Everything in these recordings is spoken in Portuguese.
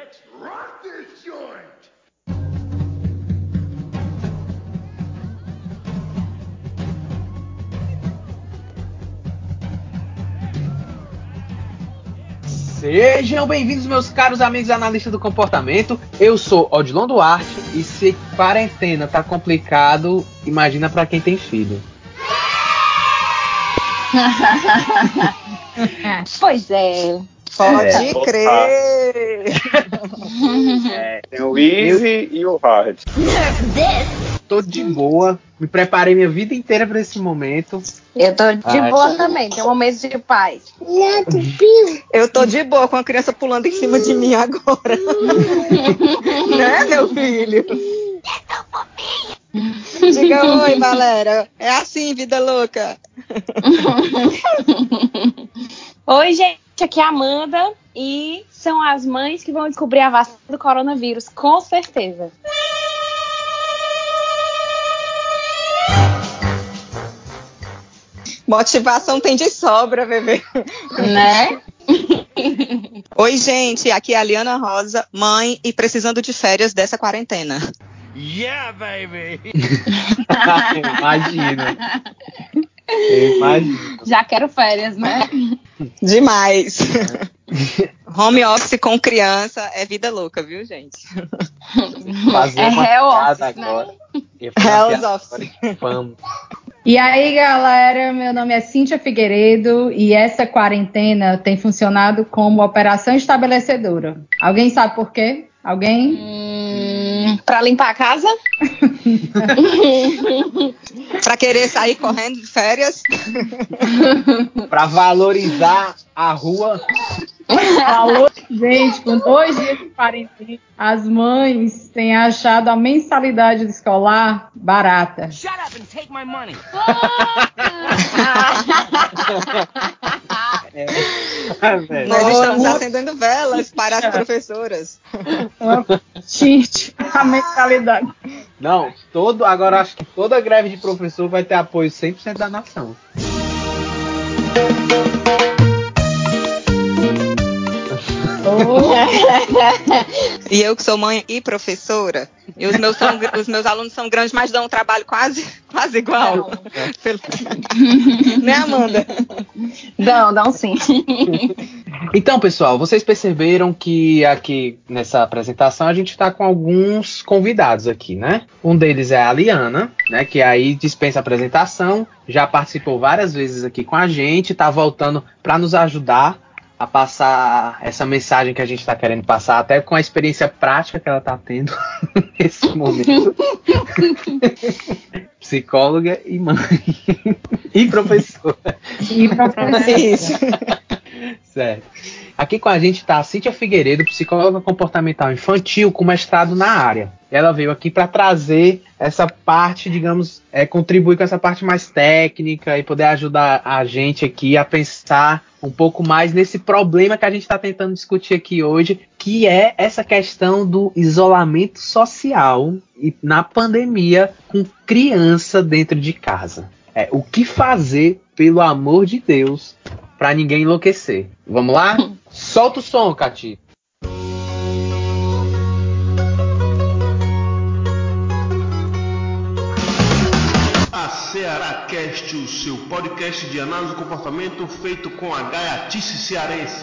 Sejam bem-vindos, meus caros amigos analistas do comportamento. Eu sou Odilon Duarte e se quarentena tá complicado, imagina pra quem tem filho. Pois é. Pode crer. Tem o easy e o hard. Tô de boa, me preparei minha vida inteira pra esse momento. Eu tô de boa também, tem um momento de paz. Eu tô de boa com a criança pulando em cima de mim agora. Né, meu filho? Diga oi, Valéria. É assim, vida louca. Oi, gente, aqui é a Amanda e são as mães que vão descobrir a vacina do coronavírus, com certeza. Motivação tem de sobra, bebê. Né? Oi, gente, aqui é a Liana Rosa, mãe e precisando de férias dessa quarentena. Yeah, baby! Imagino. Já quero férias, né? Demais. Home office com criança é vida louca, viu, gente? Fazer É uma hell piada office, agora. né? Hell's office. Vamos. E aí, galera, meu nome é Cíntia Figueiredo e essa quarentena tem funcionado como operação estabelecedora. Alguém sabe por quê? Alguém? Pra limpar a casa? Pra querer sair correndo de férias? Pra valorizar a rua. Falou, gente, com 2 dias de quarentena, as mães têm achado a mensalidade escolar barata. Shut up and take my money! Nós estamos acendendo velas para as professoras. Gente, a mensalidade. Não, agora acho que toda greve de professor vai ter apoio 100% da nação. E eu que sou mãe e professora, e os meus alunos são grandes, mas dão um trabalho quase igual. Né, Amanda? Dão sim. Então, pessoal, vocês perceberam que aqui nessa apresentação a gente está com alguns convidados aqui, né? Um deles é a Liana, né? Que aí dispensa apresentação, já participou várias vezes aqui com a gente, tá voltando para nos ajudar a passar essa mensagem que a gente está querendo passar, até com a experiência prática que ela está tendo nesse momento. Psicóloga e mãe. E professora. Isso. Certo. Aqui com a gente está a Cíntia Figueiredo, psicóloga comportamental infantil com mestrado na área. Ela veio aqui para trazer essa parte, digamos, contribuir com essa parte mais técnica e poder ajudar a gente aqui a pensar um pouco mais nesse problema que a gente está tentando discutir aqui hoje, que é essa questão do isolamento social e na pandemia com criança dentro de casa. O que fazer, pelo amor de Deus, para ninguém enlouquecer? Vamos lá? Solta o som, Cati. A Cearacast, o seu podcast de análise do comportamento feito com a gaiatice cearense.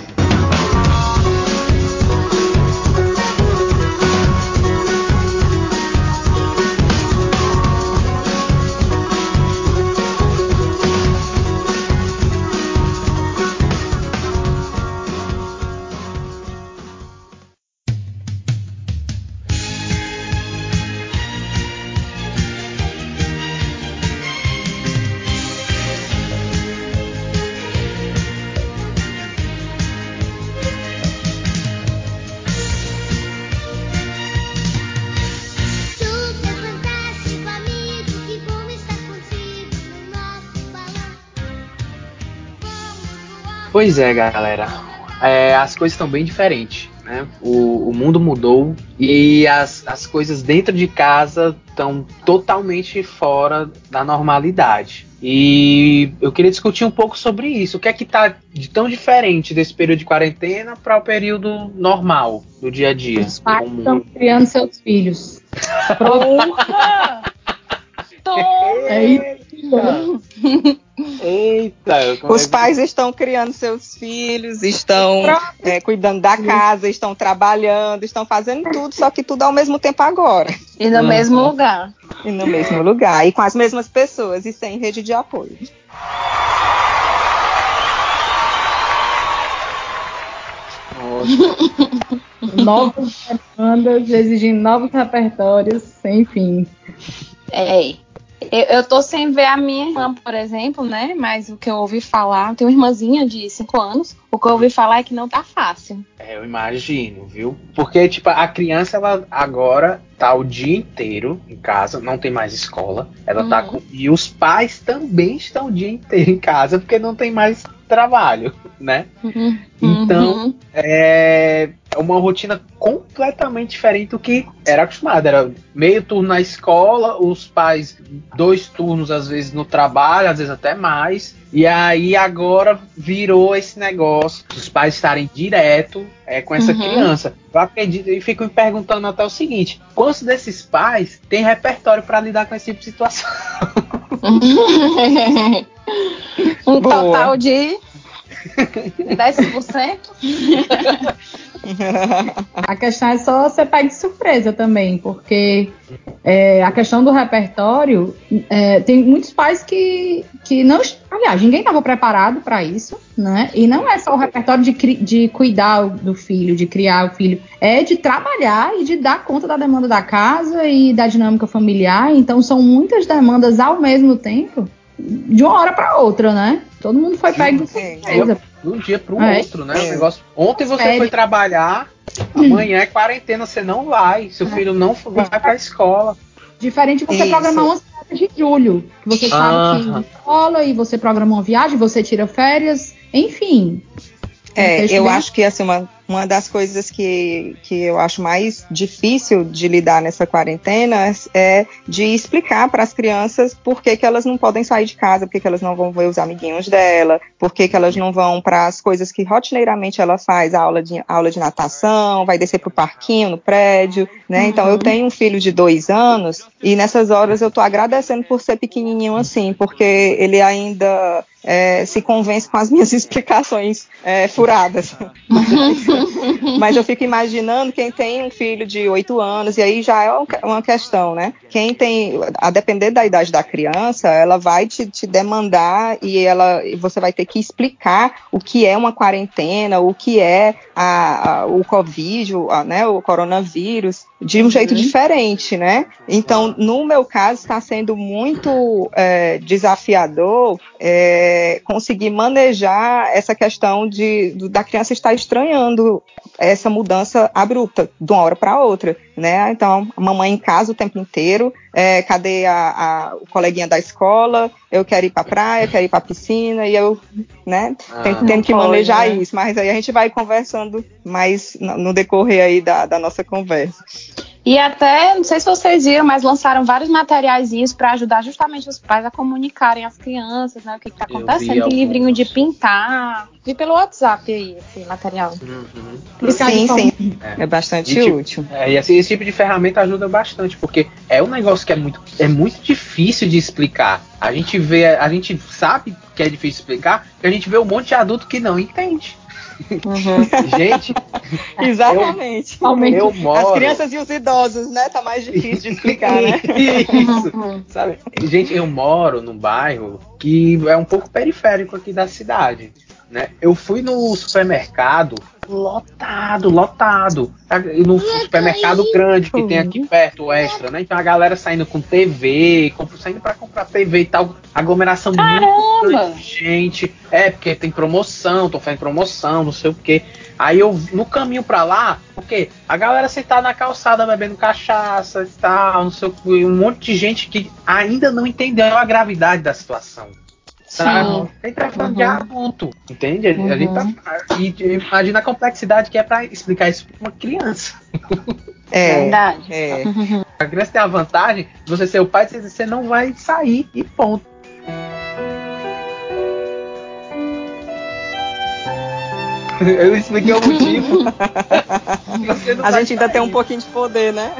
Pois é, galera. As coisas estão bem diferentes. né? O mundo mudou e as coisas dentro de casa estão totalmente fora da normalidade. E eu queria discutir um pouco sobre isso. O que é que tá de tão diferente desse período de quarentena para o período normal do dia a dia? Os pais estão criando seus filhos. Porra! Eita! Os pais estão criando seus filhos, estão cuidando da casa, estão trabalhando, estão fazendo tudo, só que tudo ao mesmo tempo agora. E no mesmo lugar. E no mesmo lugar, e com as mesmas pessoas, e sem rede de apoio. Novas demandas, exigindo novos repertórios, sem fim. Eu tô sem ver a minha irmã, por exemplo, né? Mas o que eu ouvi falar, eu tenho uma irmãzinha de 5 anos, o que eu ouvi falar é que não tá fácil. Eu imagino, viu? Porque, tipo, a criança, ela agora tá o dia inteiro em casa, não tem mais escola. Ela tá com... E os pais também estão o dia inteiro em casa, porque não tem mais trabalho, né? Então, é uma rotina completamente diferente do que era acostumado. Era meio turno na escola, os pais 2 turnos às vezes no trabalho, às vezes até mais. E aí agora virou esse negócio, os pais estarem direto com essa criança. Eu acredito e fico me perguntando até o seguinte: quantos desses pais têm repertório para lidar com esse tipo de situação? Um total de 10%? A questão é só você pegar de surpresa também, porque a questão do repertório, tem muitos pais que não... Aliás, ninguém estava preparado para isso, né? E não é só o repertório de cuidar do filho, de criar o filho, é de trabalhar e de dar conta da demanda da casa e da dinâmica familiar. Então, são muitas demandas ao mesmo tempo, de uma hora para outra, né? Todo mundo foi pego de surpresa. De um dia para o outro, né? O negócio... Ontem você foi trabalhar, amanhã é quarentena, você não vai. Seu filho não vai para a escola. Diferente de você programar uma férias de julho. Que você sabe que escola e você programa uma viagem, você tira férias, enfim. Eu acho que assim, uma das coisas que eu acho mais difícil de lidar nessa quarentena é de explicar para as crianças por que elas não podem sair de casa, por que elas não vão ver os amiguinhos dela, por que elas não vão para as coisas que rotineiramente ela faz, aula de natação, vai descer para o parquinho no prédio, né? Então eu tenho um filho de 2 anos e nessas horas eu tô agradecendo por ser pequenininho assim, porque ele ainda se convence com as minhas explicações furadas. Mas eu fico imaginando quem tem um filho de 8 anos, e aí já é uma questão, né? Quem tem, a depender da idade da criança, ela vai te demandar e você vai ter que explicar o que é uma quarentena, o que é o Covid, né, o coronavírus, de um jeito diferente, né? Então, no meu caso, está sendo muito desafiador conseguir manejar essa questão da criança estar estranhando essa mudança abrupta de uma hora para outra, né? Então, a mamãe em casa o tempo inteiro, cadê o coleguinha da escola? Eu quero ir para a praia, eu quero ir para a piscina, e eu, né, tendo que manejar isso, mas aí a gente vai conversando mais no decorrer aí da nossa conversa. E até, não sei se vocês viram, mas lançaram vários materiaizinhos para ajudar justamente os pais a comunicarem às crianças, né, o que está acontecendo. Tem livrinho de pintar. Vi pelo WhatsApp aí esse material. Sim. É bastante útil. E assim, esse tipo de ferramenta ajuda bastante, porque é um negócio que é muito difícil de explicar. A gente sabe que é difícil de explicar, porque a gente vê um monte de adulto que não entende. Gente, exatamente. Eu moro... As crianças e os idosos, né? Tá mais difícil de explicar, né? Isso. Sabe? Gente, eu moro num bairro que é um pouco periférico aqui da cidade, né? Eu fui no supermercado lotado. No supermercado grande que tem aqui perto, o Extra, né? Então a galera saindo com TV, saindo pra comprar TV e tal, aglomeração muito grande de gente. Porque tem promoção, tô fazendo promoção, não sei o quê. Aí eu, no caminho pra lá, porque a galera sentada na calçada bebendo cachaça e tal, não sei o quê, um monte de gente que ainda não entendeu a gravidade da situação. A gente tá falando de adulto, entende? A gente tá, e imagina a complexidade que é pra explicar isso pra uma criança. Verdade. A criança tem a vantagem de você ser o pai, você não vai sair e ponto. Eu expliquei o motivo. A gente ainda tem um pouquinho de poder, né?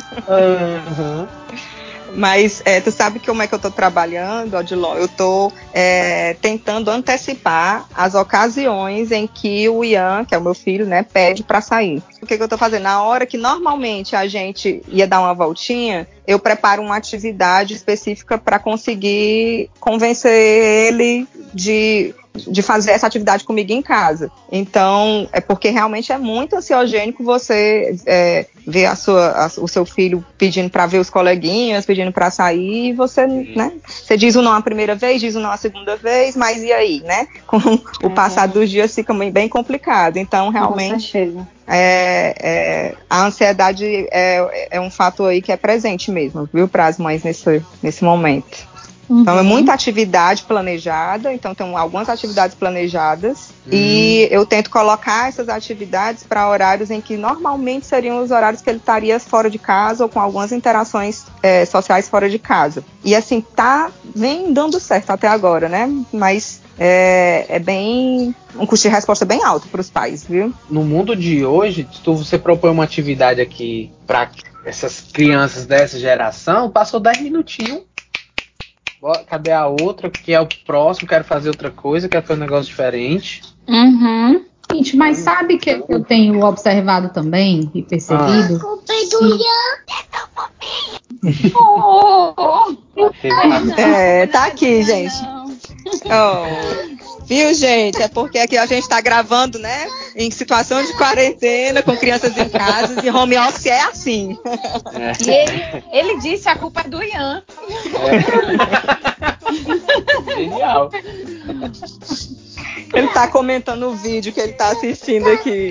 Mas tu sabe como é que eu tô trabalhando, Odilon? Eu tô tentando antecipar as ocasiões em que o Ian, que é o meu filho, né, pede para sair. O que eu tô fazendo? Na hora que normalmente a gente ia dar uma voltinha, eu preparo uma atividade específica para conseguir convencer ele de fazer essa atividade comigo em casa. Então, é porque realmente é muito ansiogênico você ver o seu filho pedindo para ver os coleguinhas, pedindo para sair, e você, né? Você diz o não a primeira vez, diz o não a segunda vez, mas e aí, né? Com o passar dos dias fica bem complicado. Então, realmente, a ansiedade é um fator aí que é presente mesmo, viu, para as mães nesse momento. Então é muita atividade planejada, então tem algumas atividades planejadas e eu tento colocar essas atividades para horários em que normalmente seriam os horários que ele estaria fora de casa ou com algumas interações sociais fora de casa. E assim, vem dando certo até agora, né? Mas é bem um custo de resposta bem alto para os pais, viu? No mundo de hoje, se você propõe uma atividade aqui para essas crianças dessa geração, passou 10 minutinhos. Cadê a outra? Que é o próximo, quero fazer outra coisa, quero fazer um negócio diferente. Gente, mas sabe que eu tenho observado também e percebido? Tá aqui, gente. Viu, gente? É porque aqui a gente tá gravando, né? Em situação de quarentena, com crianças em casa, e home office é assim. E ele disse a culpa é do Ian. Genial. Ele tá comentando o vídeo que ele tá assistindo aqui.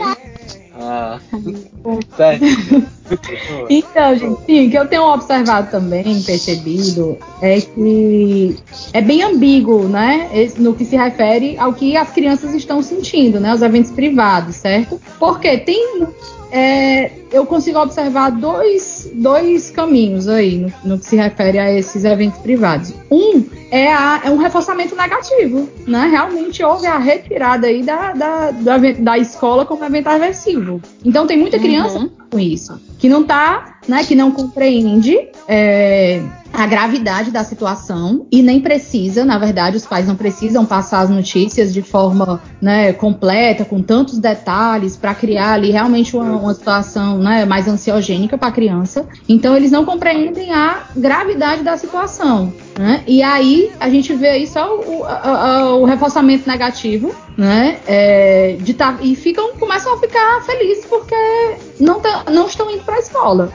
Certo. Então, gente, sim, o que eu tenho observado também, percebido, é que é bem ambíguo, né? No que se refere ao que as crianças estão sentindo, né? Os eventos privados, certo? Porque eu consigo observar dois caminhos aí no que se refere a esses eventos privados. É um reforçamento negativo, né? Realmente houve a retirada aí da escola como evento aversivo. Então tem muita criança com isso, que não tá, né? Que não compreende a gravidade da situação e nem precisa, na verdade, os pais não precisam passar as notícias de forma, né, completa, com tantos detalhes, para criar ali realmente uma situação, né, mais ansiogênica para a criança. Então, eles não compreendem a gravidade da situação, né? E aí, a gente vê aí só o reforçamento negativo, né? E começam a ficar felizes porque não estão indo para a escola.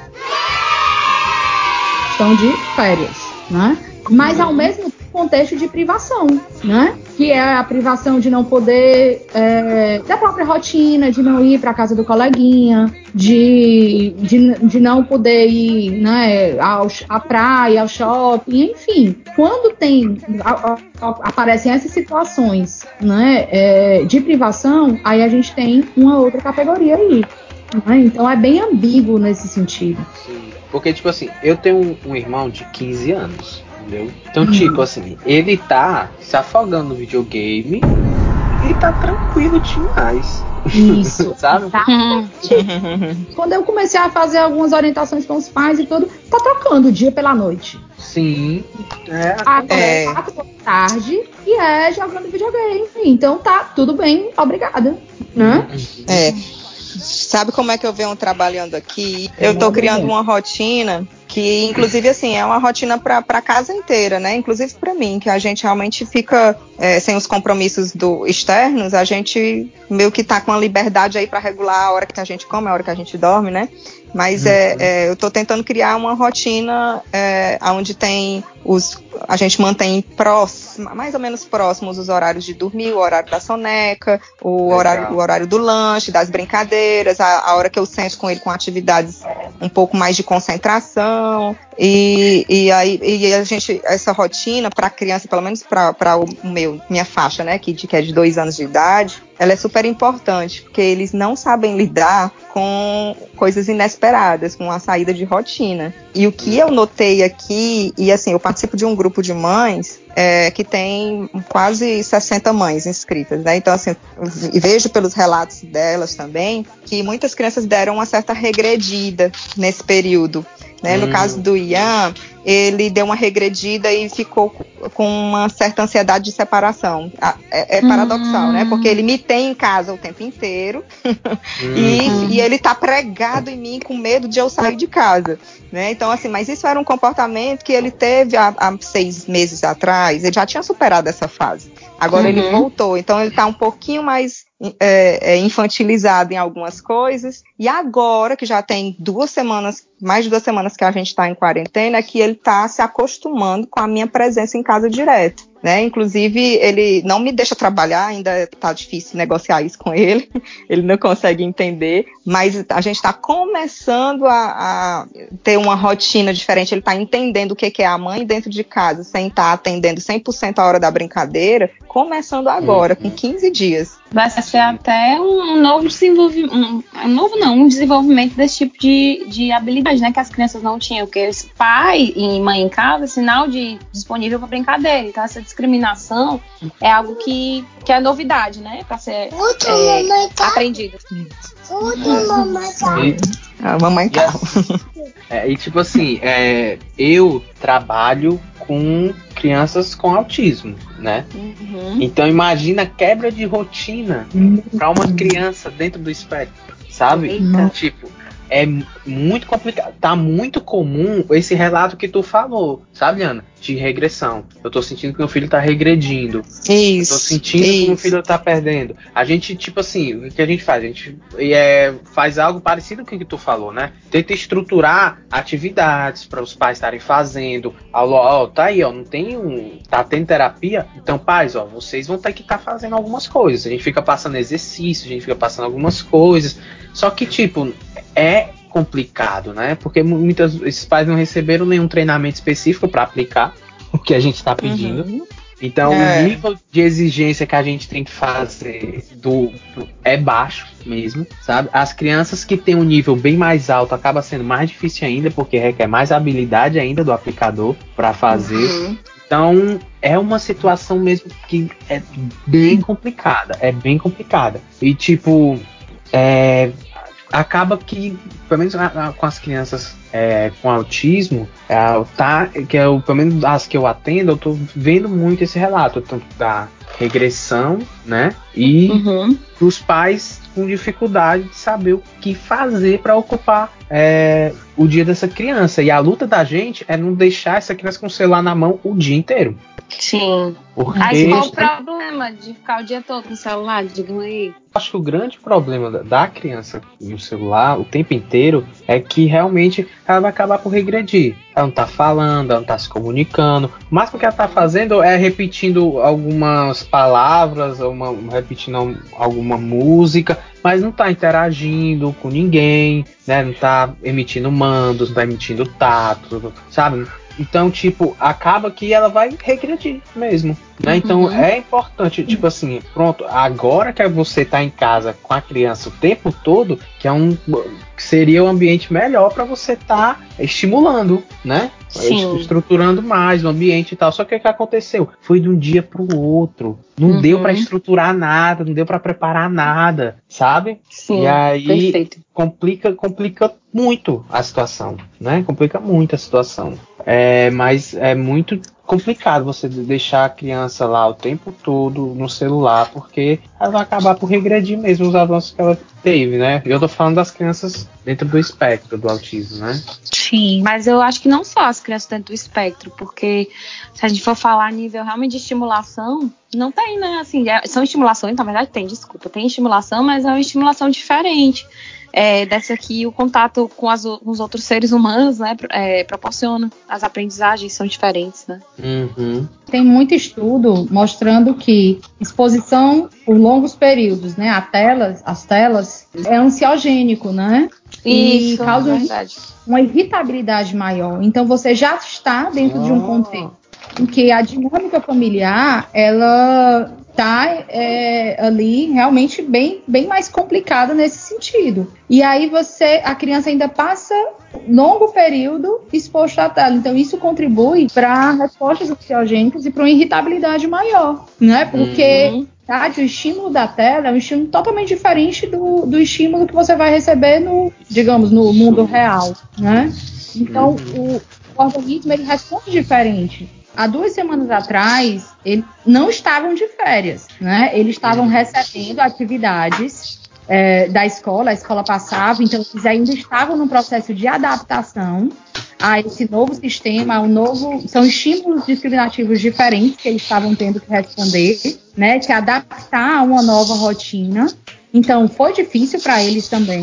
Estão de férias, né? Mas ao mesmo contexto de privação, né? Que é a privação de não poder da própria rotina, de não ir para a casa do coleguinha, de não poder ir, né, à praia, ao shopping, enfim. Quando aparecem essas situações, né, de privação, aí a gente tem uma outra categoria aí. Então é bem ambíguo nesse sentido. Sim, porque, tipo assim, eu tenho um irmão de 15 anos, entendeu? Então, tipo assim, ele tá se afogando no videogame e tá tranquilo demais. Isso. Sabe? Tá. Quando eu comecei a fazer algumas orientações com os pais e tudo, tá trocando o dia pela noite. Sim. Até 4 da tarde e jogando videogame. Então tá tudo bem, obrigada. Né? Sabe como é que eu venho trabalhando aqui? Eu tô criando uma rotina que, inclusive, assim, é uma rotina para a casa inteira, né? Inclusive para mim, que a gente realmente fica sem os compromissos externos, a gente meio que tá com a liberdade aí para regular a hora que a gente come, a hora que a gente dorme, né? Mas eu tô tentando criar uma rotina onde a gente mantém mais ou menos próximos os horários de dormir, o horário da soneca, o horário do lanche, das brincadeiras, a hora que eu sento com ele com atividades um pouco mais de concentração. E aí a gente, essa rotina para a criança, pelo menos para o minha faixa, né, que é de 2 anos de idade, ela é super importante, porque eles não sabem lidar com coisas inesperadas, com a saída de rotina. E o que eu notei aqui, e assim, eu participo de um grupo de mães que tem quase 60 mães inscritas, né? Então, assim, vejo pelos relatos delas também que muitas crianças deram uma certa regredida nesse período. Né? No caso do Ian, ele deu uma regredida e ficou com uma certa ansiedade de separação. É paradoxal, né? Porque ele me tem em casa o tempo inteiro e ele tá pregado em mim com medo de eu sair de casa. Né? Então, assim, mas isso era um comportamento que ele teve há 6 meses atrás, ele já tinha superado essa fase. Agora ele voltou, então ele tá um pouquinho mais infantilizado em algumas coisas, e agora que já tem mais de 2 semanas que a gente está em quarentena, é que ele está se acostumando com a minha presença em casa direto, né? Inclusive ele não me deixa trabalhar, ainda está difícil negociar isso com ele, ele não consegue entender, mas a gente está começando a ter uma rotina diferente, ele está entendendo o que é a mãe dentro de casa, sem estar atendendo 100% a hora da brincadeira, começando agora, com 15 dias. Vai ser até um novo desenvolvimento, um desenvolvimento desse tipo de habilidade, né, que as crianças não tinham, porque pai e mãe em casa é sinal de disponível para brincadeira, então essa discriminação é algo que é novidade, né, para ser aprendido. A mamãe tá. E tipo assim, eu trabalho com crianças com autismo, né? Então imagina a quebra de rotina para uma criança dentro do espectro, sabe? Eita. Tipo, é muito complicado. Tá muito comum esse relato que tu falou, sabe, Ana? De regressão. Eu tô sentindo que meu filho tá regredindo. Isso. Eu tô sentindo que meu filho tá perdendo. A gente, tipo assim, o que a gente faz? A gente faz algo parecido com o que tu falou, né? Tenta estruturar atividades para os pais estarem fazendo. Tá aí, não tem tá tendo terapia? Então, pais, vocês vão ter que estar fazendo algumas coisas. A gente fica passando exercício, a gente fica passando algumas coisas. Só que, tipo, é complicado, né? Porque esses pais não receberam nenhum treinamento específico para aplicar o que a gente está pedindo. Então, o nível de exigência que a gente tem que fazer é baixo mesmo, sabe? As crianças que têm um nível bem mais alto acaba sendo mais difícil ainda, porque requer mais habilidade ainda do aplicador para fazer. Então, é uma situação mesmo que é bem complicada. E, tipo, acaba que, pelo menos com as crianças com autismo, pelo menos as que eu atendo, eu tô vendo muito esse relato, tanto da regressão, né? E dos pais com dificuldade de saber o que fazer para ocupar o dia dessa criança. E a luta da gente é não deixar essa criança com o celular na mão o dia inteiro. Sim. Aí qual o problema de ficar o dia todo no celular? Digam aí. Acho que o grande problema da criança no celular o tempo inteiro é que realmente ela vai acabar por regredir. Ela não tá falando, ela não tá se comunicando. O máximo que ela tá fazendo é repetindo algumas palavras, repetindo alguma música, mas não tá interagindo com ninguém, né? Não tá emitindo mandos, não tá emitindo tato, sabe? Então, tipo, acaba que ela vai regredir mesmo, né? Então, é importante, tipo assim, pronto, agora que você tá em casa com a criança o tempo todo, que seria um ambiente melhor para você tá estimulando, né? Sim. Estruturando mais o ambiente e tal. Só que o que aconteceu? Foi de um dia pro outro. Não deu para estruturar nada, não deu para preparar nada, sabe? Sim, e aí perfeito. complica muito a situação, né? Complica muito a situação. Mas é muito complicado você deixar a criança lá o tempo todo no celular, porque ela vai acabar por regredir mesmo os avanços que ela teve, né? Eu tô falando das crianças dentro do espectro do autismo, né? Sim, mas eu acho que não só as crianças dentro do espectro, porque se a gente for falar a nível realmente de estimulação, não tem, né? Assim, são estimulações, na verdade tem estimulação, mas é uma estimulação diferente. Dessa aqui, o contato com os outros seres humanos, né, proporciona. As aprendizagens são diferentes, né? Tem muito estudo mostrando que exposição por longos períodos, né, às telas, é ansiogênico, né? Isso, e causa verdade. uma irritabilidade maior. Então, você já está dentro de um contexto em que a dinâmica familiar, ela tá ali realmente bem mais complicada nesse sentido. E aí a criança ainda passa longo período exposto à tela. Então isso contribui para respostas ansiogênicas e para uma irritabilidade maior, né? Porque o estímulo da tela é um estímulo totalmente diferente do estímulo que você vai receber no mundo real, né? Então o organismo ele responde diferente. Há 2 semanas atrás, eles não estavam de férias, né? Eles estavam recebendo atividades da escola, a escola passava, então eles ainda estavam no processo de adaptação a esse novo sistema, são estímulos discriminativos diferentes que eles estavam tendo que responder, né? Se adaptar a uma nova rotina. Então, foi difícil para eles também.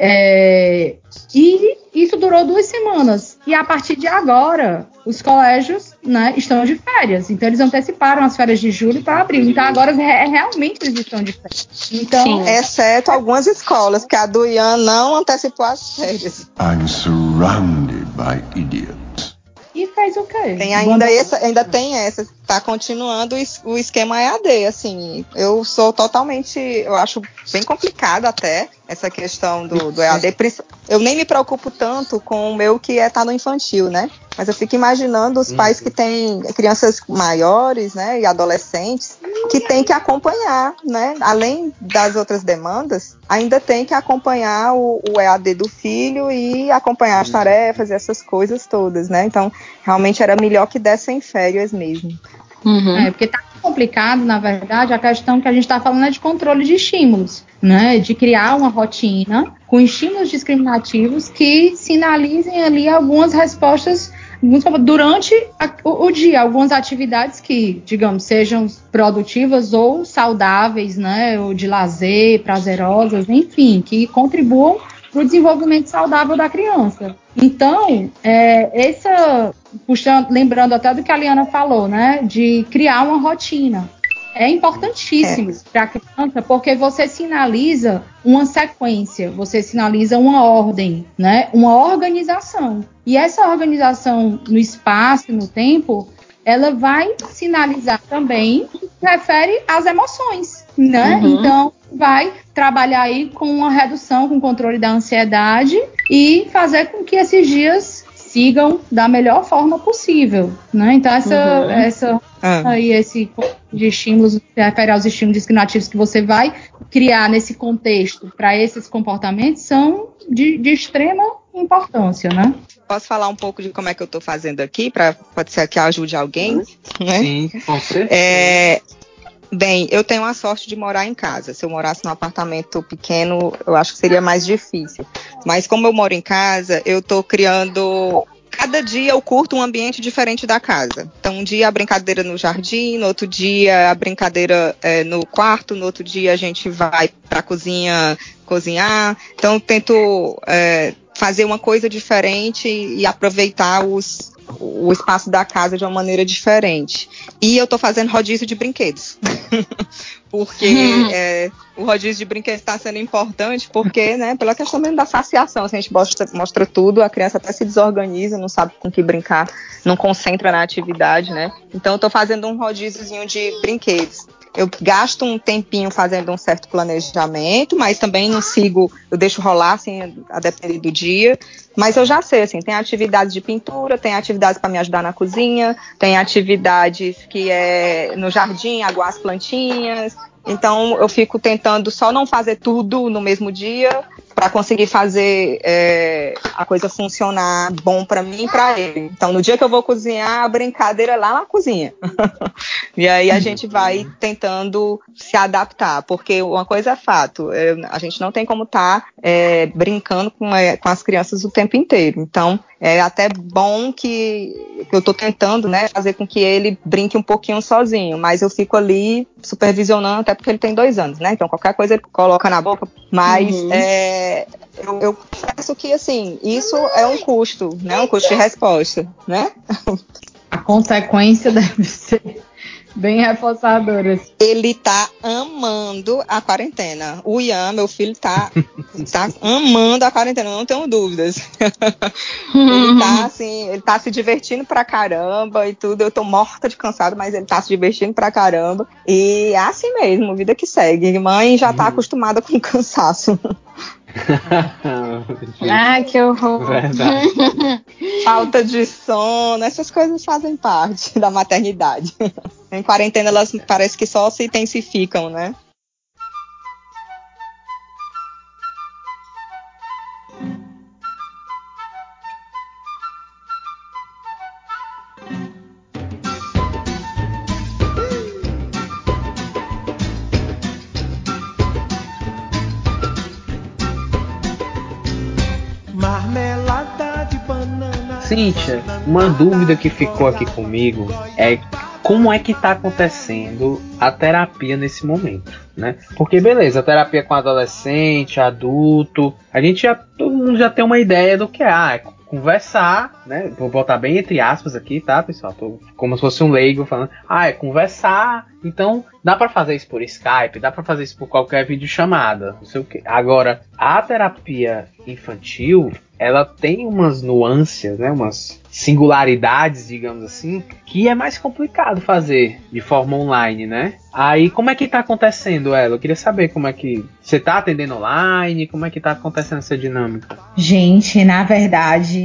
E isso durou 2 semanas. E a partir de agora, os colégios, né, estão de férias. Então, eles anteciparam as férias de julho para abril. Então, agora realmente eles estão de férias. Então, exceto algumas escolas, porque a do Ian não antecipou as férias. I'm surrounded by idiots. E faz o quê? Ainda tem essa. Tá continuando o esquema EAD, assim. Eu acho bem complicado até essa questão do EAD. Eu nem me preocupo tanto com o meu que tá no infantil, né? Mas eu fico imaginando os pais que têm crianças maiores, né, e adolescentes, que têm que acompanhar, né? Além das outras demandas, ainda tem que acompanhar o EAD do filho e acompanhar as tarefas e essas coisas todas, né? Então, realmente era melhor que dessem férias mesmo. Porque tá complicado, na verdade, a questão que a gente está falando é de controle de estímulos, né? De criar uma rotina com estímulos discriminativos que sinalizem ali algumas respostas durante o dia, algumas atividades que, digamos, sejam produtivas ou saudáveis, né? Ou de lazer, prazerosas, enfim, que contribuam para o desenvolvimento saudável da criança. Então, lembrando até do que a Liana falou, né, de criar uma rotina. É importantíssimo para a criança, porque você sinaliza uma sequência, você sinaliza uma ordem, né, uma organização. E essa organização no espaço e no tempo, ela vai sinalizar também o que se refere às emoções, né? Então, vai trabalhar aí com uma redução, com o controle da ansiedade e fazer com que esses dias sigam da melhor forma possível, né? Então, esse de estímulos, se refere aos estímulos discriminativos que você vai criar nesse contexto para esses comportamentos, são de extrema importância, né? Posso falar um pouco de como é que eu estou fazendo aqui, pode ser que ajude alguém? Né? Sim, com certeza. Bem, eu tenho a sorte de morar em casa. Se eu morasse num apartamento pequeno, eu acho que seria mais difícil. Mas como eu moro em casa, eu estou criando... Cada dia eu curto um ambiente diferente da casa. Então, um dia a brincadeira no jardim, no outro dia a brincadeira no quarto, no outro dia a gente vai para a cozinha cozinhar. Então, eu tento fazer uma coisa diferente e aproveitar o espaço da casa de uma maneira diferente. E eu tô fazendo rodízio de brinquedos. Porque o rodízio de brinquedos está sendo importante, porque, né, pela questão mesmo da saciação, se a gente mostra tudo, a criança até se desorganiza, não sabe com que brincar, não concentra na atividade, né? Então eu tô fazendo um rodíziozinho de brinquedos. Eu gasto um tempinho fazendo um certo planejamento, mas também não sigo, eu deixo rolar, assim, a depender do dia. Mas eu já sei, assim, tem atividades de pintura, tem atividades para me ajudar na cozinha, tem atividades que é no jardim, aguar as plantinhas. Então, eu fico tentando só não fazer tudo no mesmo dia para conseguir fazer a coisa funcionar bom para mim e para ele. Então, no dia que eu vou cozinhar, a brincadeira é lá na cozinha. E aí a gente vai tentando se adaptar, porque uma coisa é fato, a gente não tem como estar brincando com as crianças o tempo inteiro. Então, é até bom que eu estou tentando, né, fazer com que ele brinque um pouquinho sozinho, mas eu fico ali supervisionando, até porque ele tem 2 anos, né? Então, qualquer coisa ele coloca na boca, mas eu penso que, assim, isso é um custo, né? Um custo de resposta, né? A consequência deve ser Bem reforçadoras. Ele tá amando a quarentena. O Ian, meu filho, tá amando a quarentena, não tenho dúvidas. Ele tá assim, ele tá se divertindo pra caramba e tudo. Eu tô morta de cansado, mas ele tá se divertindo pra caramba. E é assim mesmo, vida que segue. Mãe já tá acostumada com cansaço. Ai, que horror. Verdade. Falta de sono, essas coisas fazem parte da maternidade. Em quarentena elas parece que só se intensificam, né? Cíntia, uma dúvida que ficou aqui comigo é como é que tá acontecendo a terapia nesse momento, né? Porque beleza, a terapia com adolescente, adulto, todo mundo já tem uma ideia do que é conversar, né? Vou botar bem entre aspas aqui, tá, pessoal? Tô como se fosse um leigo falando, é conversar. Então, dá pra fazer isso por Skype, dá pra fazer isso por qualquer videochamada, não sei o quê. Agora, a terapia infantil, ela tem umas nuances, né? Umas singularidades, digamos assim, que é mais complicado fazer de forma online, né? Aí, como é que tá acontecendo, ela? Eu queria saber como é que você tá atendendo online, como é que tá acontecendo essa dinâmica? Gente, na verdade,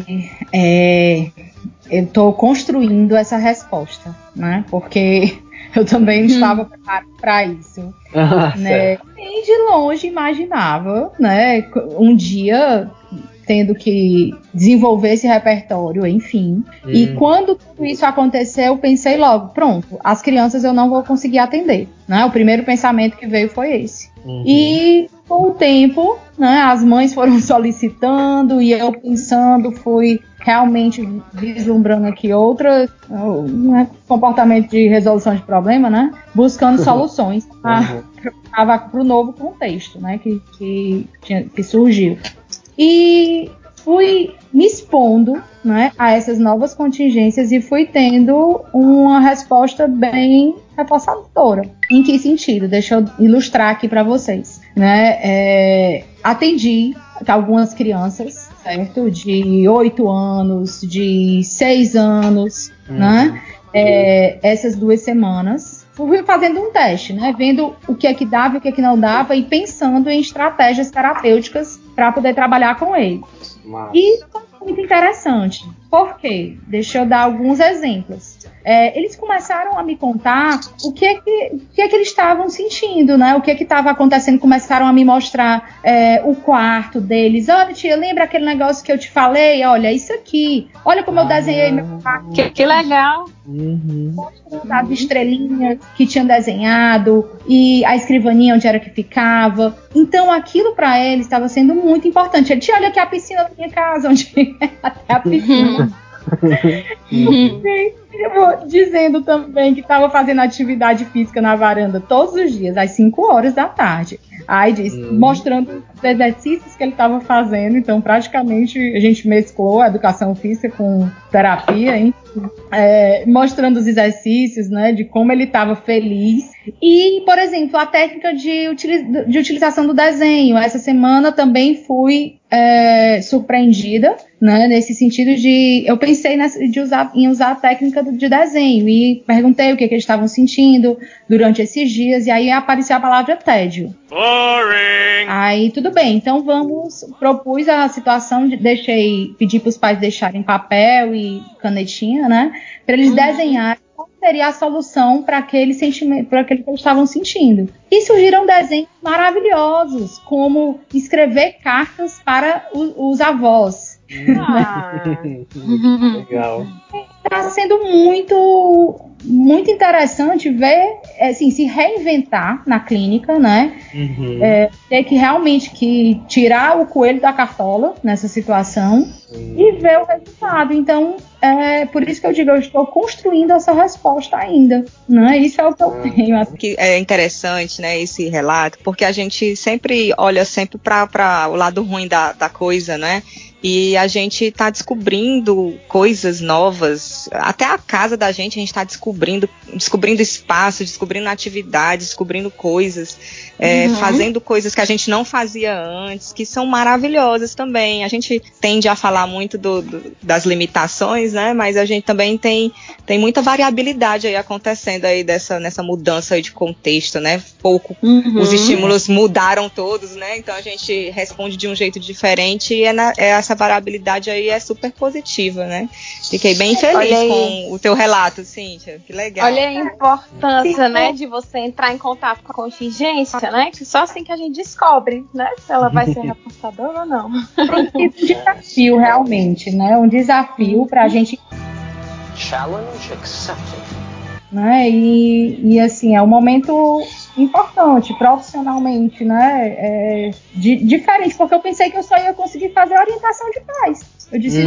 eu tô construindo essa resposta, né? Porque eu também estava preparada para isso. Né? Nem de longe imaginava, né? Um dia tendo que desenvolver esse repertório, enfim. E quando tudo isso aconteceu, eu pensei logo, pronto, as crianças eu não vou conseguir atender, né? O primeiro pensamento que veio foi esse. E com o tempo, né, as mães foram solicitando e eu pensando, fui realmente vislumbrando aqui outro comportamento de resolução de problema, né? Buscando soluções para o novo contexto, né? Que surgiu. E fui me expondo, né, a essas novas contingências e fui tendo uma resposta bem reforçadora. Em que sentido? Deixa eu ilustrar aqui para vocês. Né? Atendi algumas crianças, certo? De 8 anos, de 6 anos, né? Essas 2 semanas. Fui fazendo um teste, né? Vendo o que é que dava e o que é que não dava e pensando em estratégias terapêuticas para poder trabalhar com eles. E foi muito interessante. Por quê? Deixa eu dar alguns exemplos. Eles começaram a me contar o que é que eles estavam sentindo, né? O que estava acontecendo. Começaram a me mostrar o quarto deles. Olha, tia, lembra aquele negócio que eu te falei? Olha, isso aqui. Olha como eu desenhei meu quarto. Que legal. As estrelinhas que tinham desenhado e a escrivaninha onde era que ficava. Então aquilo para eles estava sendo muito importante. Ele tinha, olha aqui a piscina da minha casa, onde até a piscina. Dizendo também que estava fazendo atividade física na varanda todos os dias, às 5 horas da tarde. Aí mostrando os exercícios que ele estava fazendo. Então, praticamente, a gente mesclou a educação física com terapia, hein? Mostrando os exercícios, né, de como ele estava feliz. E, por exemplo, a técnica de utilização do desenho. Essa semana também fui surpreendida, né, nesse sentido de... Eu pensei em usar a técnica de desenho e perguntei o que eles estavam sentindo durante esses dias, e aí apareceu a palavra tédio. Boring. Aí tudo bem, então propus a situação, pedi para os pais deixarem papel e canetinha, né, para eles desenharem qual seria a solução para aquele sentimento, para aquele que eles estavam sentindo. E surgiram desenhos maravilhosos, como escrever cartas para os avós. Legal. Está sendo muito, muito interessante ver, assim, se reinventar na clínica, né? Ter que realmente tirar o coelho da cartola nessa situação e ver o resultado. Então, por isso que eu digo, eu estou construindo essa resposta ainda, né? Isso é o que eu tenho. Que é interessante, né, esse relato, porque a gente sempre olha sempre para o lado ruim da coisa, né? E a gente tá descobrindo coisas novas. Até a casa da gente a gente tá descobrindo espaço, descobrindo atividades, descobrindo coisas, fazendo coisas que a gente não fazia antes, que são maravilhosas também. A gente tende a falar muito das limitações, né? Mas a gente também tem muita variabilidade aí acontecendo aí nessa mudança aí de contexto, né? Os estímulos mudaram todos, né? Então a gente responde de um jeito diferente e essa variabilidade aí é super positiva, né? Fiquei bem feliz com o teu relato, Cíntia. Que legal. Olha a importância, né, de você entrar em contato com a contingência, né? Que só assim que a gente descobre, né? Se ela vai ser reportadora ou não. É um desafio, realmente, né? Um desafio pra gente. Challenge accepted. Né? E assim, é um momento importante, profissionalmente, né? Diferente, porque eu pensei que eu só ia conseguir fazer orientação de pais. Eu disse,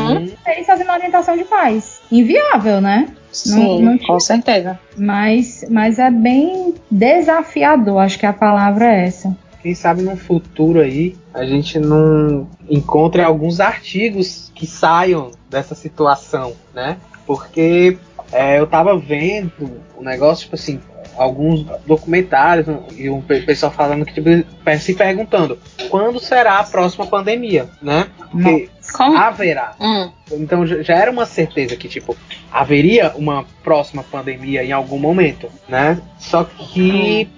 fazendo orientação de pais. Inviável, né? Sim, não com certeza. Mas é bem desafiador, acho que a palavra é essa. Quem sabe no futuro aí a gente não encontre alguns artigos que saiam dessa situação, né? Porque eu tava vendo um negócio, tipo assim, alguns documentários e um pessoal falando que, tipo, se perguntando quando será a próxima pandemia, né? Porque haverá. Então já era uma certeza que, tipo, haveria uma próxima pandemia em algum momento, né? Só que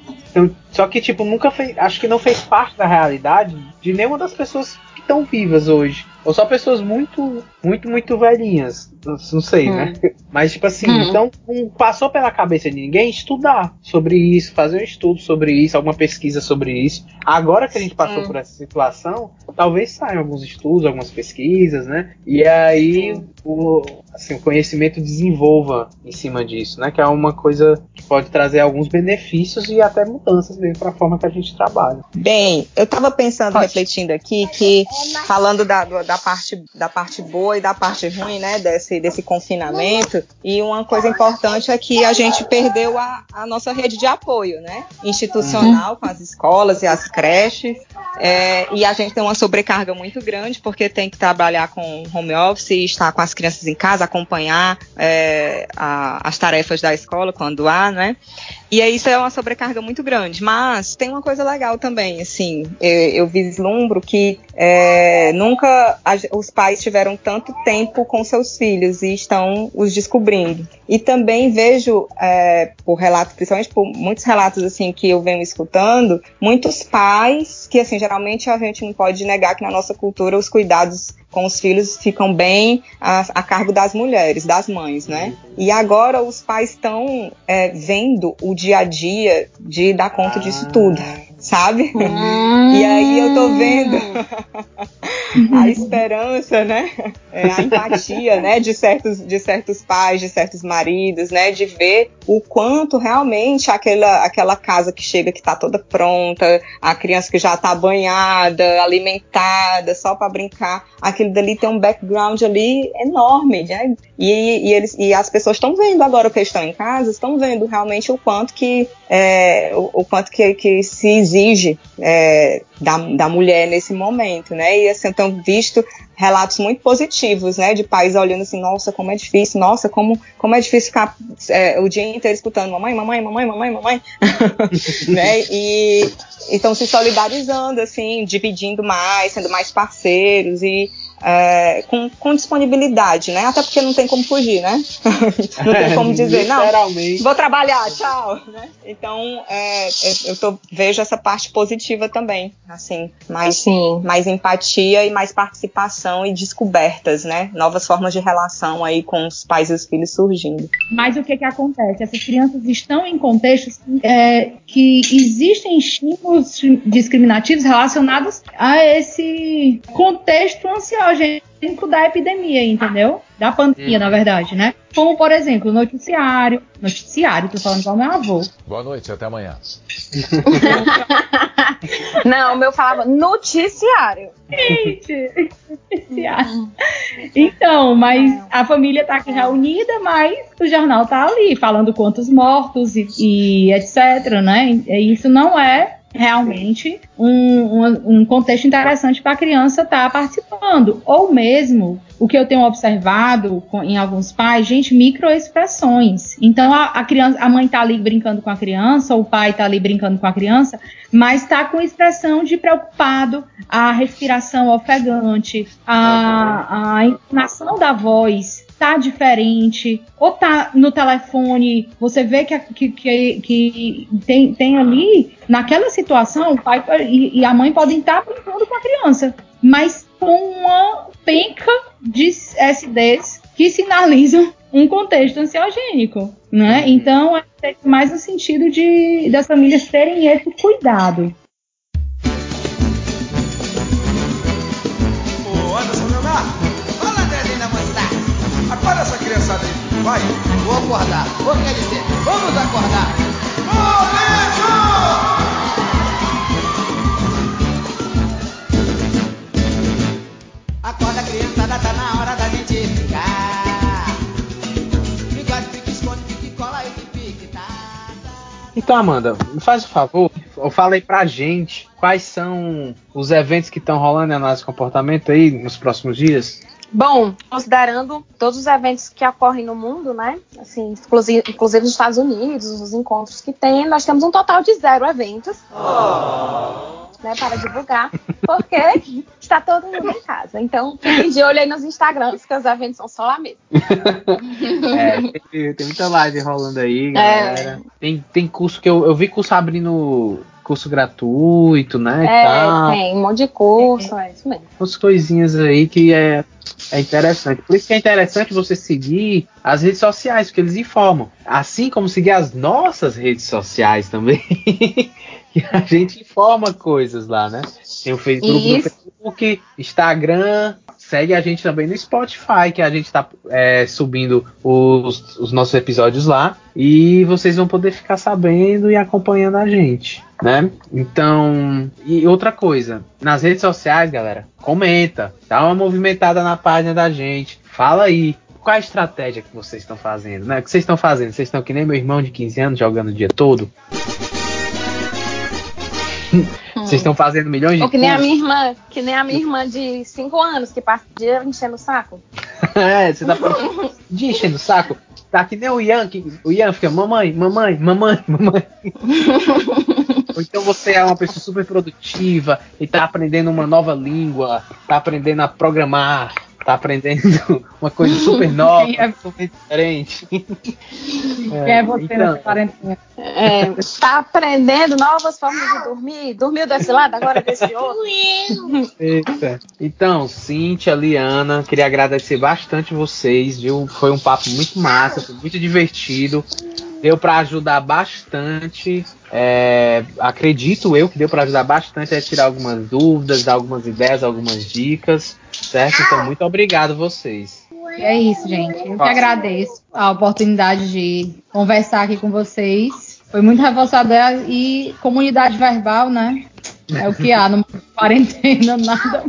tipo, nunca fez, acho que não fez parte da realidade de nenhuma das pessoas que estão vivas hoje. Ou só pessoas muito, muito, muito velhinhas. Não sei, né? Mas, tipo assim, então não passou pela cabeça de ninguém estudar sobre isso, fazer um estudo sobre isso, alguma pesquisa sobre isso. Agora que a gente passou por essa situação, talvez saiam alguns estudos, algumas pesquisas, né? E aí o conhecimento desenvolva em cima disso, né? Que é uma coisa que pode trazer alguns benefícios e até mudanças mesmo para a forma que a gente trabalha. Bem, eu estava pensando, refletindo aqui, que falando da parte boa e da parte ruim, né, desse confinamento, e uma coisa importante é que a gente perdeu a nossa rede de apoio, né, institucional, com as escolas e as creches, e a gente tem uma sobrecarga muito grande, porque tem que trabalhar com home office, estar com as crianças em casa, acompanhar as tarefas da escola quando há, né, e aí isso é uma sobrecarga muito grande, mas tem uma coisa legal também, assim, eu vislumbro que nunca os pais tiveram tanto tempo com seus filhos e estão os descobrindo. E também vejo, por relato, principalmente por muitos relatos assim que eu venho escutando, muitos pais que, assim, geralmente a gente não pode negar que na nossa cultura os cuidados com os filhos ficam bem a cargo das mulheres, das mães, né? E agora os pais estão vendo o dia a dia de dar conta disso tudo, sabe? E aí eu tô vendo a esperança, né? A empatia, né? De certos pais, de certos maridos, né? De ver o quanto realmente aquela casa que chega, que tá toda pronta, a criança que já tá banhada, alimentada, só para brincar, aquilo dali tem um background ali enorme, né? E as pessoas estão vendo agora que estão em casa, estão vendo realmente o quanto que se exige da mulher nesse momento, né? E assim, estão visto relatos muito positivos, né? De pais olhando assim, nossa, como é difícil, nossa, como é difícil ficar o dia inteiro escutando mamãe, mamãe, mamãe, mamãe, mamãe, né? E estão se solidarizando, assim, dividindo mais, sendo mais parceiros e com disponibilidade, né? Até porque não tem como fugir, né? Não tem como dizer, não, vou trabalhar, tchau, né? Então, vejo essa parte positiva também, assim, mais empatia e mais participação e descobertas, né? Novas formas de relação aí com os pais e os filhos surgindo. Mas o que acontece? Essas crianças estão em contextos que existem estímulos discriminativos relacionados a esse contexto ansiogênico da epidemia, entendeu? Da pandemia, na verdade, né? Como, por exemplo, noticiário, tô falando com o meu avô. Boa noite, até amanhã. Não, o meu falava noticiário. Gente, noticiário. Então, mas a família tá aqui reunida, mas o jornal tá ali, falando quantos mortos e etc, né? Isso não é realmente um contexto interessante para a criança estar participando. Ou mesmo, o que eu tenho observado em alguns pais, gente, microexpressões. Então, a mãe está ali brincando com a criança, ou o pai está ali brincando com a criança, mas está com expressão de preocupado, a respiração ofegante, a entonação da voz tá diferente, ou tá no telefone, você vê que tem ali, naquela situação, o pai e a mãe podem estar brincando com a criança, mas com uma penca de SDs que sinalizam um contexto ansiogênico, né? Então, é mais no sentido das famílias terem esse cuidado. Acorda essa criançada aí, vai. Vou acordar, vou quer dizer, vamos acordar. Momento! Acorda criançada, tá na hora da gente ficar. Fica, esconde, fica, cola e pique, tá. Então, Amanda, me faz um favor, fala aí pra gente quais são os eventos que estão rolando em análise de comportamento aí nos próximos dias. Bom, considerando todos os eventos que ocorrem no mundo, né? Assim, inclusive nos Estados Unidos, os encontros que tem, nós temos um total de 0 eventos. Né, para divulgar, porque está todo mundo em casa. Então, fiquem de olho aí nos Instagrams, que os eventos são só lá mesmo. Tem muita live rolando aí, galera. Tem curso que eu vi curso abrindo, curso gratuito, né? Tem um monte de curso, é isso mesmo. Umas coisinhas aí que é interessante. Por isso que é interessante você seguir as redes sociais, porque eles informam. Assim como seguir as nossas redes sociais também. Que a gente informa coisas lá, né? Tem o grupo no Facebook, Instagram, segue a gente também no Spotify, que a gente tá subindo os nossos episódios lá, e vocês vão poder ficar sabendo e acompanhando a gente, né? Então, e outra coisa, nas redes sociais, galera, comenta, dá uma movimentada na página da gente, fala aí. Qual a estratégia que vocês estão fazendo, né? O que vocês estão fazendo? Vocês estão que nem meu irmão de 15 anos jogando o dia todo? Vocês estão fazendo milhões de Ou que nem a minha irmã de 5 anos, que passa o dia enchendo o saco. Você tá falando de enchendo o saco? Tá que nem o Ian fica mamãe. Ou então você é uma pessoa super produtiva e tá aprendendo uma nova língua, tá aprendendo a programar, tá aprendendo uma coisa super nova, super diferente. Quem é você nessa quarentena? Tá aprendendo novas formas de dormir? Dormiu desse lado, agora desse outro? Eita. Então, Cíntia, Liana, queria agradecer bastante vocês, viu? Foi um papo muito massa, foi muito divertido. Deu para ajudar bastante. Acredito eu que deu para ajudar bastante a tirar algumas dúvidas, dar algumas ideias, algumas dicas, certo? Então, muito obrigado vocês. É isso, gente. Eu que agradeço a oportunidade de conversar aqui com vocês. Foi muito reforçador e comunidade verbal, né? É o que há numa quarentena, nada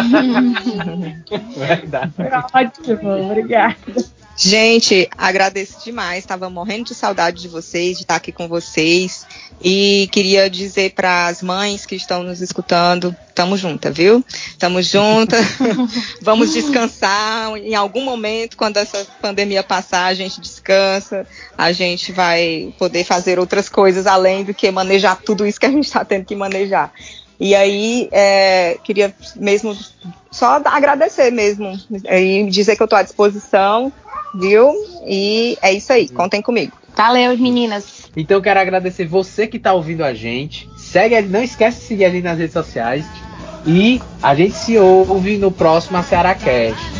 mais. Verdade. Ótimo, obrigada. Gente, agradeço demais, estava morrendo de saudade de vocês, de estar aqui com vocês, e queria dizer para as mães que estão nos escutando, tamo juntas, viu? Tamo juntas, vamos descansar, em algum momento, quando essa pandemia passar, a gente descansa, a gente vai poder fazer outras coisas, além do que manejar tudo isso que a gente está tendo que manejar. E aí, queria mesmo só agradecer mesmo, e dizer que eu estou à disposição, viu? E é isso aí, contem comigo. Valeu, meninas. Então eu quero agradecer você que está ouvindo a gente. Não esquece de seguir a gente nas redes sociais. E a gente se ouve no próximo Ceará Cast.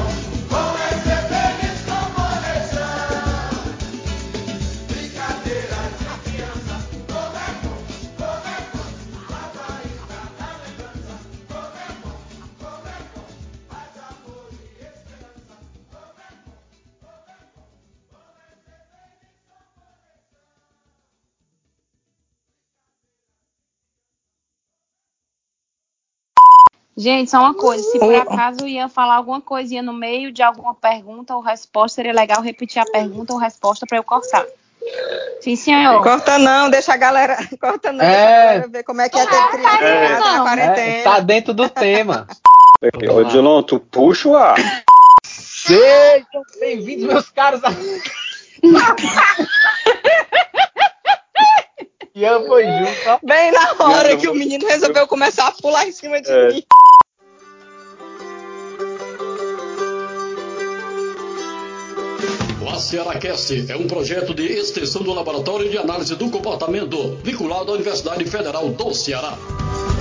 Brincadeira. Gente, só uma coisa, se por acaso ia falar alguma coisinha no meio de alguma pergunta ou resposta, seria legal repetir a pergunta ou resposta para eu cortar. Sim, senhor. Corta não, deixa a galera ver como é que é ter criança em casa na quarentena. Tá dentro do tema. Ô, Dilon, tu puxa o ar. Sejam bem-vindos, meus caros. Ian foi junto, ó. Bem na hora que o menino resolveu começar a pular em cima de mim. O AcearaCast é um projeto de extensão do Laboratório de Análise do Comportamento, vinculado à Universidade Federal do Ceará.